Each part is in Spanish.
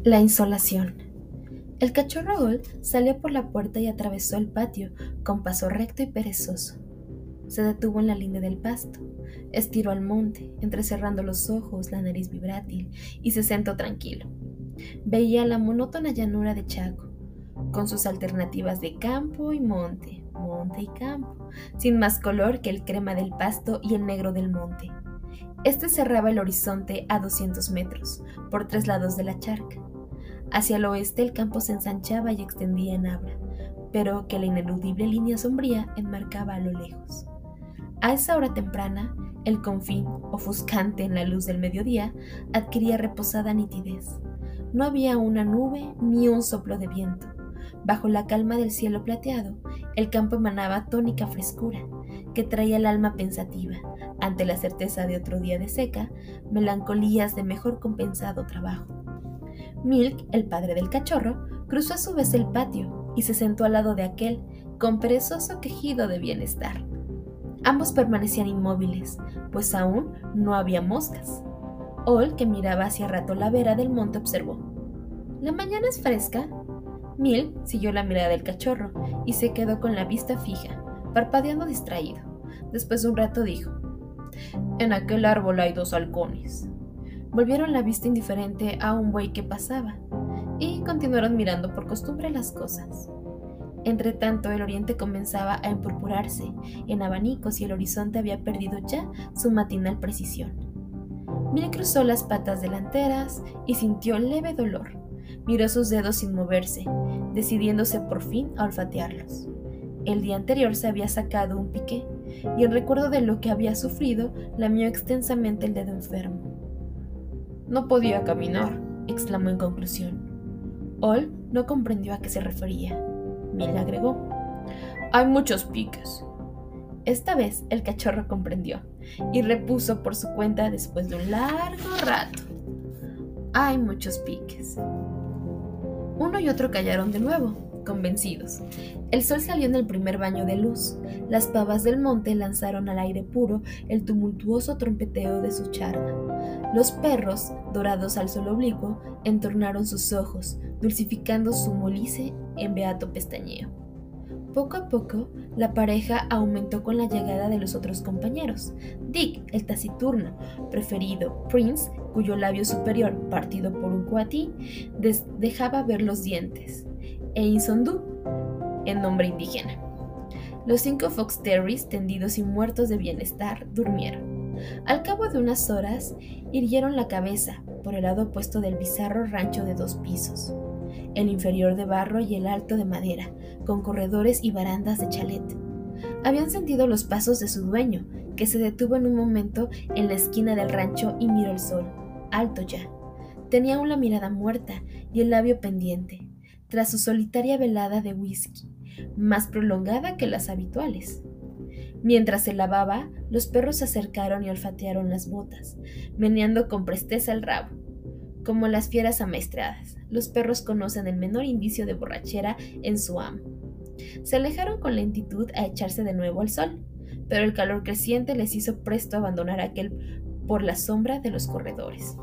La insolación. El cachorro Gold salió por la puerta y atravesó el patio con paso recto y perezoso. Se detuvo en la línea del pasto, estiró al monte, entrecerrando los ojos, la nariz vibrátil, y se sentó tranquilo. Veía la monótona llanura de Chaco, con sus alternativas de campo y monte, monte y campo, sin más color que el crema del pasto y el negro del monte. Este cerraba el horizonte a 200 metros, por 3 lados de la charca. Hacia el oeste el campo se ensanchaba y extendía en Abra, pero que la ineludible línea sombría enmarcaba a lo lejos. A esa hora temprana, el confín, ofuscante en la luz del mediodía, adquiría reposada nitidez. No había una nube ni un soplo de viento. Bajo la calma del cielo plateado, el campo emanaba tónica frescura, que traía el alma pensativa, ante la certeza de otro día de seca, melancolías de mejor compensado trabajo. Milk, el padre del cachorro, cruzó a su vez el patio y se sentó al lado de aquel, con perezoso quejido de bienestar. Ambos permanecían inmóviles, pues aún no había moscas. Ol, que miraba hacia rato la vera del monte, observó: «¿La mañana es fresca?» Milk siguió la mirada del cachorro y se quedó con la vista fija, parpadeando distraído. Después de un rato dijo: «En aquel árbol hay 2 halcones». Volvieron la vista indiferente a un buey que pasaba y continuaron mirando por costumbre las cosas. Entretanto, el oriente comenzaba a empurpurarse en abanicos y el horizonte había perdido ya su matinal precisión. Mil cruzó las patas delanteras y sintió leve dolor. Miró sus dedos sin moverse, decidiéndose por fin a olfatearlos. El día anterior se había sacado un piqué y en recuerdo de lo que había sufrido, lamió extensamente el dedo enfermo. «No podía caminar», exclamó en conclusión. Ol no comprendió a qué se refería. Mill agregó: «Hay muchos piques». Esta vez el cachorro comprendió y repuso por su cuenta después de un largo rato: «Hay muchos piques». Uno y otro callaron de nuevo, convencidos. El sol salió en el primer baño de luz. Las pavas del monte lanzaron al aire puro el tumultuoso trompeteo de su charla. Los perros, dorados al sol oblicuo, entornaron sus ojos, dulcificando su molicie en beato pestañeo. Poco a poco, la pareja aumentó con la llegada de los otros compañeros. Dick, el taciturno preferido, Prince, cuyo labio superior, partido por un coatí, dejaba ver los dientes, e Isondú, en nombre indígena. Los 5 fox terriers, tendidos y muertos de bienestar, durmieron. Al cabo de unas horas, irguieron la cabeza por el lado opuesto del bizarro rancho de 2 pisos, el inferior de barro y el alto de madera, con corredores y barandas de chalet. Habían sentido los pasos de su dueño, que se detuvo en un momento en la esquina del rancho y miró el sol, alto ya. Tenía aún la mirada muerta y el labio pendiente, tras su solitaria velada de whisky, más prolongada que las habituales. Mientras se lavaba, los perros se acercaron y olfatearon las botas, meneando con presteza el rabo. Como las fieras amaestradas, los perros conocen el menor indicio de borrachera en su amo. Se alejaron con lentitud a echarse de nuevo al sol, pero el calor creciente les hizo presto abandonar aquel por la sombra de los corredores.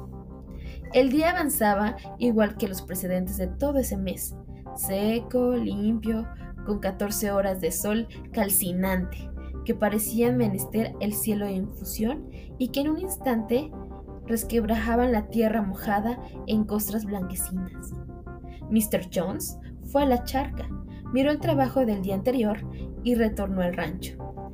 El día avanzaba igual que los precedentes de todo ese mes, seco, limpio, con 14 horas de sol calcinante, que parecían menester el cielo en fusión y que en un instante resquebrajaban la tierra mojada en costras blanquecinas. Mr. Jones fue a la charca, miró el trabajo del día anterior y retornó al rancho.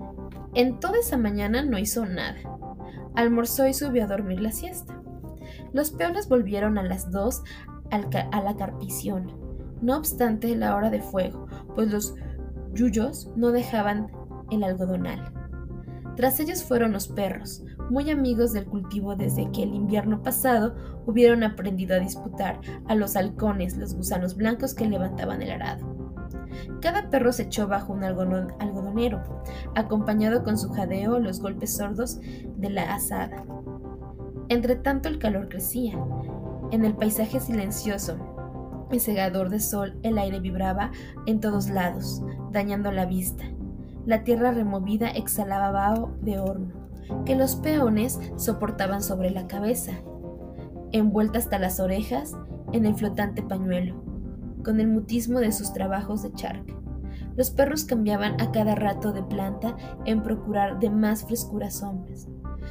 En toda esa mañana no hizo nada. Almorzó y subió a dormir la siesta. Los peones volvieron a las 2 a la carpición, no obstante la hora de fuego, pues los yuyos no dejaban el algodonal. Tras ellos fueron los perros, muy amigos del cultivo desde que el invierno pasado hubieron aprendido a disputar a los halcones los gusanos blancos que levantaban el arado. Cada perro se echó bajo un algodonero, acompañado con su jadeo los golpes sordos de la azada. Entretanto el calor crecía. En el paisaje silencioso y cegador de sol el aire vibraba en todos lados, dañando la vista. La tierra removida exhalaba vaho de horno, que los peones soportaban sobre la cabeza. Envuelta hasta las orejas, en el flotante pañuelo, con el mutismo de sus trabajos de charca. Los perros cambiaban a cada rato de planta en procurar de más frescuras sombras.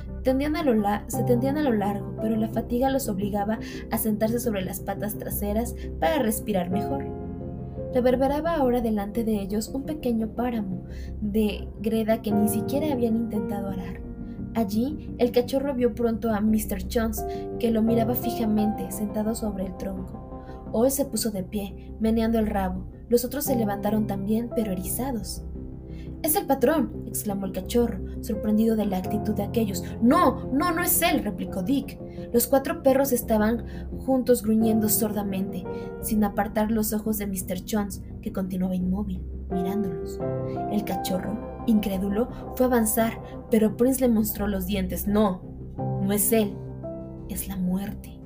Se tendían a lo largo, pero la fatiga los obligaba a sentarse sobre las patas traseras para respirar mejor. Reverberaba ahora delante de ellos un pequeño páramo de greda que ni siquiera habían intentado arar. Allí, el cachorro vio pronto a Mr. Jones, que lo miraba fijamente, sentado sobre el tronco. Hoy se puso de pie, meneando el rabo. Los otros se levantaron también, pero erizados. «¡Es el patrón!», exclamó el cachorro, sorprendido de la actitud de aquellos. «No, no, no es él», replicó Dick. Los 4 perros estaban juntos gruñendo sordamente, sin apartar los ojos de Mr. Jones, que continuaba inmóvil, mirándolos. El cachorro, incrédulo, fue a avanzar, pero Prince le mostró los dientes. «No, no es él, es la muerte».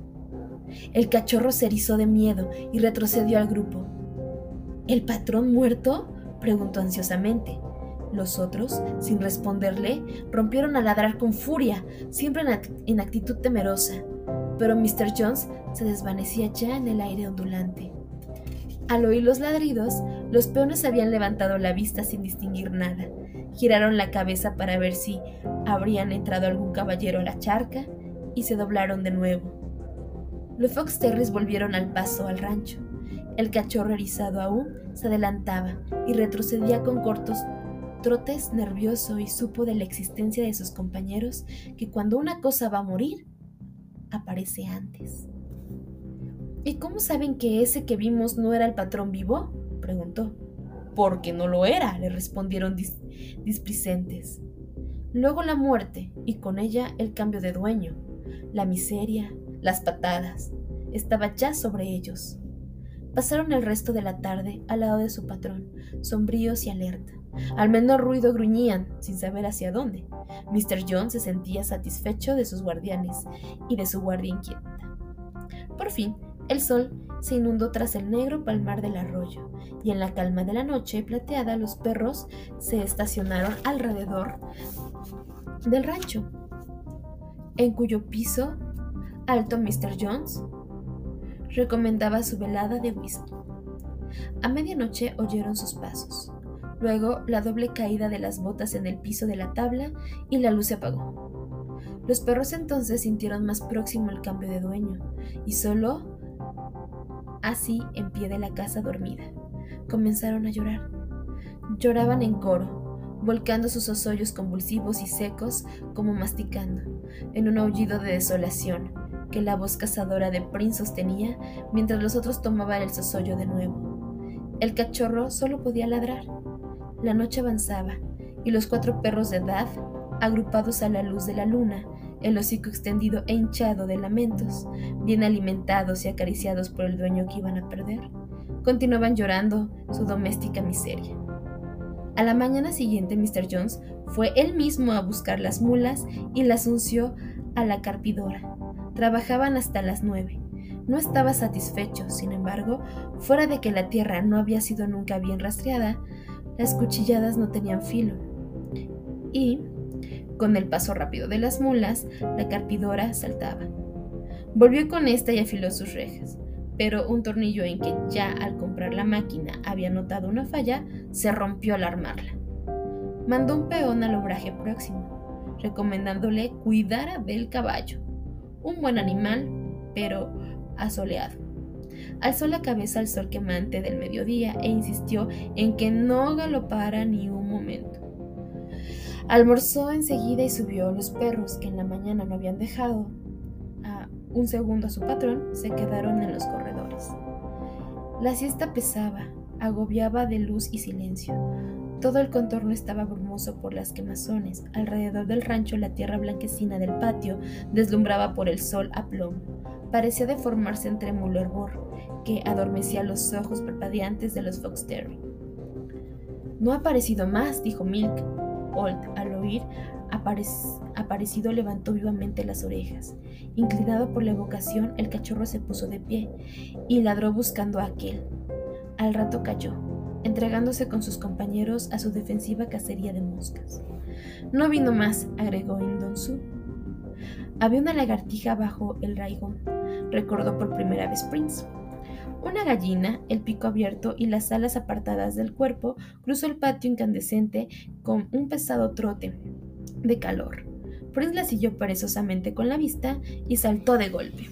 El cachorro se erizó de miedo y retrocedió al grupo. «¿El patrón muerto?», preguntó ansiosamente. Los otros, sin responderle, rompieron a ladrar con furia, siempre en actitud temerosa, pero Mr. Jones se desvanecía ya en el aire ondulante. Al oír los ladridos, los peones habían levantado la vista sin distinguir nada. Giraron la cabeza para ver si habrían entrado algún caballero a la charca y se doblaron de nuevo. Los Fox Terriers volvieron al paso al rancho. El cachorro, erizado aún, se adelantaba y retrocedía con cortos trotes nervioso, y supo de la existencia de sus compañeros que cuando una cosa va a morir, aparece antes. «¿Y cómo saben que ese que vimos no era el patrón vivo?», preguntó. «Porque no lo era», le respondieron displicentes. Luego la muerte, y con ella el cambio de dueño, la miseria, las patadas, estaba ya sobre ellos. Pasaron el resto de la tarde al lado de su patrón, sombríos y alerta. Al menor ruido gruñían, sin saber hacia dónde. Mr. Jones se sentía satisfecho de sus guardianes y de su guardia inquieta. Por fin, el sol se inundó tras el negro palmar del arroyo, y en la calma de la noche plateada los perros se estacionaron alrededor del rancho, en cuyo piso alto Mr. Jones recomendaba su velada de whisky. A medianoche oyeron sus pasos, luego la doble caída de las botas en el piso de la tabla, y la luz se apagó. Los perros entonces sintieron más próximo el cambio de dueño, y solo así, en pie de la casa dormida, comenzaron a llorar. Lloraban en coro, volcando sus ozollos convulsivos y secos como masticando, en un aullido de desolación que la voz cazadora de Prince sostenía mientras los otros tomaban el zozollo de nuevo. El cachorro solo podía ladrar. La noche avanzaba, y los 4 perros de Duff, agrupados a la luz de la luna, el hocico extendido e hinchado de lamentos, bien alimentados y acariciados por el dueño que iban a perder, continuaban llorando su doméstica miseria. A la mañana siguiente Mr. Jones fue él mismo a buscar las mulas y las unció a la carpidora. Trabajaban hasta las 9. No estaba satisfecho, sin embargo, fuera de que la tierra no había sido nunca bien rastreada, las cuchilladas no tenían filo, y, con el paso rápido de las mulas, la carpidora saltaba. Volvió con esta y afiló sus rejas, pero un tornillo en que ya al comprar la máquina había notado una falla se rompió al armarla. Mandó un peón al obraje próximo, recomendándole cuidara del caballo, un buen animal, pero asoleado. Alzó la cabeza al sol quemante del mediodía e insistió en que no galopara ni un momento. Almorzó enseguida y subió. Los perros, que en la mañana no habían dejado un segundo a su patrón, se quedaron en los corredores. La siesta pesaba, agobiaba de luz y silencio. Todo el contorno estaba brumoso por las quemazones. Alrededor del rancho la tierra blanquecina del patio deslumbraba por el sol a plomo. Parecía deformarse en trémulo hervor que adormecía los ojos parpadeantes de los Fox Terrier. «No ha aparecido más», dijo Milk. Holt, al oír aparecido, levantó vivamente las orejas. Inclinado por la evocación, el cachorro se puso de pie y ladró buscando a aquel. Al rato cayó, entregándose con sus compañeros a su defensiva cacería de moscas. «No vino más», agregó Indonsu. Había una lagartija bajo el raigón. recordó por primera vez Prince. Una gallina, el pico abierto y las alas apartadas del cuerpo, cruzó el patio incandescente con un pesado trote de calor. Prince la siguió perezosamente con la vista y saltó de golpe.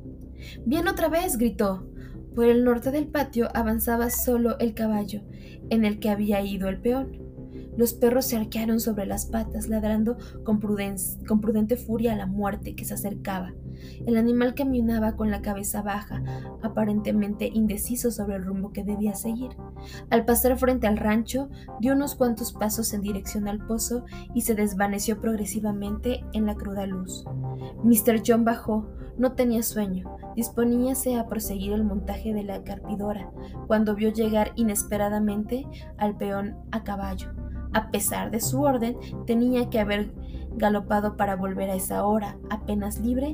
¡Bien otra vez! Gritó. Por el norte del patio avanzaba solo el caballo, en el que había ido el peón. Los perros se arquearon sobre las patas, ladrando con prudente furia a la muerte que se acercaba. El animal caminaba con la cabeza baja, aparentemente indeciso sobre el rumbo que debía seguir. Al pasar frente al rancho, dio unos cuantos pasos en dirección al pozo y se desvaneció progresivamente en la cruda luz. Mr. John bajó. No tenía sueño. Disponíase a proseguir el montaje de la carpidora, cuando vio llegar inesperadamente al peón a caballo. A pesar de su orden, tenía que haber galopado para volver a esa hora, apenas libre,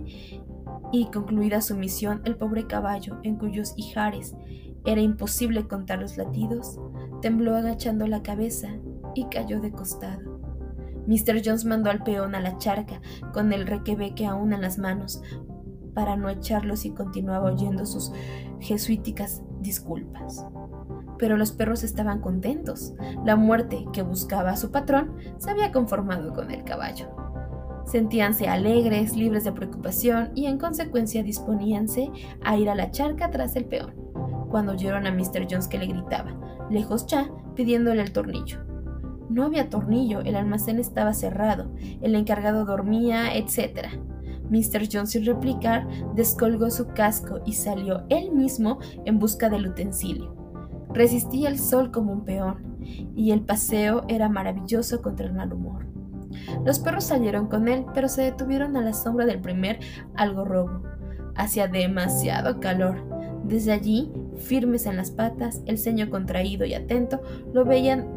y concluida su misión, el pobre caballo, en cuyos ijares era imposible contar los latidos, tembló agachando la cabeza y cayó de costado. Mr. Jones mandó al peón a la charca, con el requebeque aún en las manos, para no echarlos, y continuaba oyendo sus jesuíticas disculpas. Pero los perros estaban contentos. La muerte que buscaba a su patrón se había conformado con el caballo. Sentíanse alegres, libres de preocupación, y en consecuencia disponíanse a ir a la charca tras el peón, cuando oyeron a Mr. Jones que le gritaba, lejos ya, pidiéndole el tornillo. No había tornillo, el almacén estaba cerrado, el encargado dormía, etc. Mr. Jones, sin replicar, descolgó su casco y salió él mismo en busca del utensilio. Resistía el sol como un peón, y el paseo era maravilloso contra el mal humor. Los perros salieron con él, pero se detuvieron a la sombra del primer algarrobo. Hacía demasiado calor. Desde allí, firmes en las patas, el ceño contraído y atento, lo veían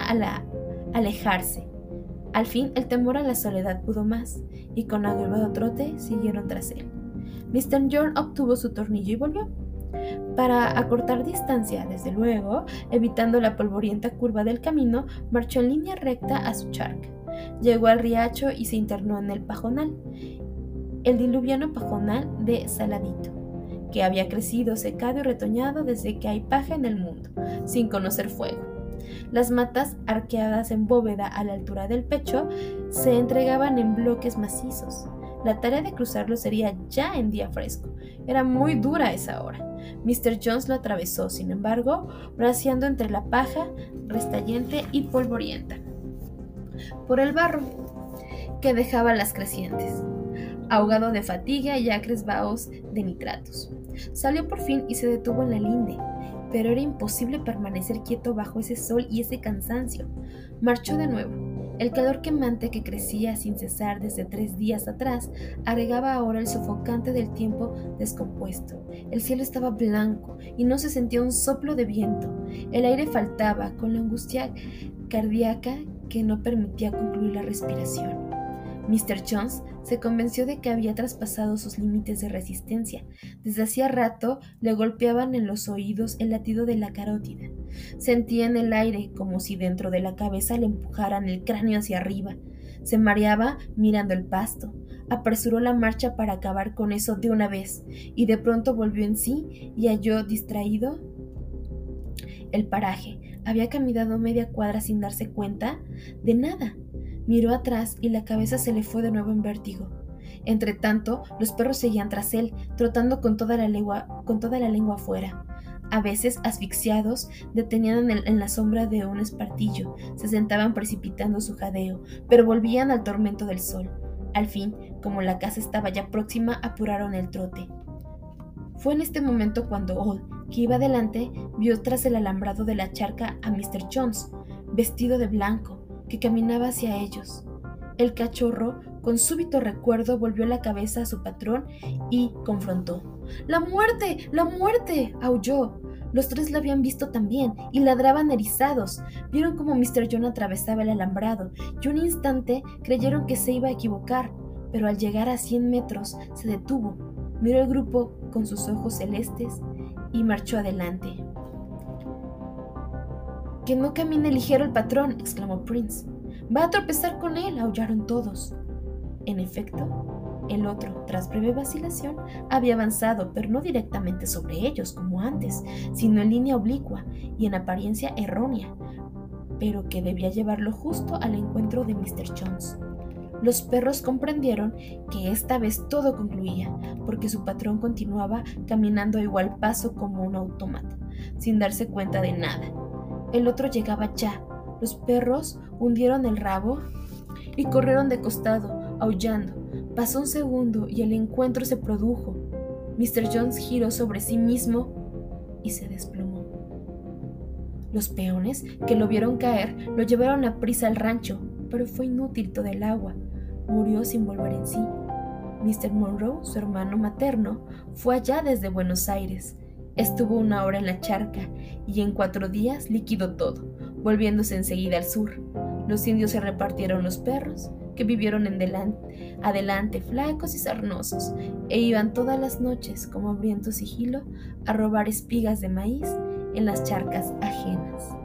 alejarse. Al fin, el temor a la soledad pudo más, y con agravado trote siguieron tras él. Mr. John obtuvo su tornillo y volvió. Para acortar distancia, desde luego, evitando la polvorienta curva del camino, marchó en línea recta a su charca. Llegó al riacho y se internó en el pajonal, el diluviano pajonal de Saladito, que había crecido, secado y retoñado desde que hay paja en el mundo, sin conocer fuego. Las matas, arqueadas en bóveda a la altura del pecho, se entregaban en bloques macizos. La tarea de cruzarlo sería ya en día fresco. Era muy dura a esa hora. Mr. Jones lo atravesó, sin embargo, braceando entre la paja restallente y polvorienta, por el barro que dejaba las crecientes, ahogado de fatiga y acres vaos de nitratos. Salió por fin y se detuvo en la linde, pero era imposible permanecer quieto bajo ese sol y ese cansancio. Marchó de nuevo. El calor quemante que crecía sin cesar desde 3 días atrás agregaba ahora el sofocante del tiempo descompuesto. El cielo estaba blanco y no se sentía un soplo de viento. El aire faltaba, con la angustia cardíaca que no permitía concluir la respiración. Mr. Jones se convenció de que había traspasado sus límites de resistencia. Desde hacía rato le golpeaban en los oídos el latido de la carótida. Sentía en el aire como si dentro de la cabeza le empujaran el cráneo hacia arriba. Se mareaba mirando el pasto. Apresuró la marcha para acabar con eso de una vez, y de pronto volvió en sí y halló distraído el paraje. Había caminado media cuadra sin darse cuenta de nada. Miró atrás y la cabeza se le fue de nuevo en vértigo. Entretanto, los perros seguían tras él, trotando con toda la lengua afuera. A veces, asfixiados, detenían en la sombra de un espartillo, se sentaban precipitando su jadeo, pero volvían al tormento del sol. Al fin, como la casa estaba ya próxima, apuraron el trote. Fue en este momento cuando Old, que iba delante, vio tras el alambrado de la charca a Mr. Jones, vestido de blanco, que caminaba hacia ellos. El cachorro, con súbito recuerdo, volvió la cabeza a su patrón y confrontó. ¡La muerte! ¡La muerte!, aulló. Los tres la habían visto también y ladraban erizados. Vieron cómo Mr. John atravesaba el alambrado y un instante creyeron que se iba a equivocar, pero al llegar a 100 metros se detuvo, miró el grupo con sus ojos celestes y marchó adelante. «¡Que no camine ligero el patrón!», exclamó Prince. «Va a tropezar con él», aullaron todos. En efecto, El otro, tras breve vacilación, había avanzado, pero no directamente sobre ellos como antes, sino en línea oblicua y en apariencia errónea, pero que debía llevarlo justo al encuentro de Mr. Jones. Los perros comprendieron que esta vez todo concluía, porque su patrón continuaba caminando a igual paso como un autómata, sin darse cuenta de nada. El otro llegaba ya. Los perros hundieron el rabo y corrieron de costado, aullando. Pasó un segundo y el encuentro se produjo. Mr. Jones giró sobre sí mismo y se desplomó. Los peones, que lo vieron caer, lo llevaron a prisa al rancho, pero fue inútil todo el agua. Murió sin volver en sí. Mr. Monroe, su hermano materno, fue allá desde Buenos Aires. Estuvo 1 hora en la charca y en 4 días liquidó todo, volviéndose enseguida al sur. Los indios se repartieron los perros, que vivieron adelante flacos y sarnosos, e iban todas las noches, como hambriento sigilo, a robar espigas de maíz en las charcas ajenas.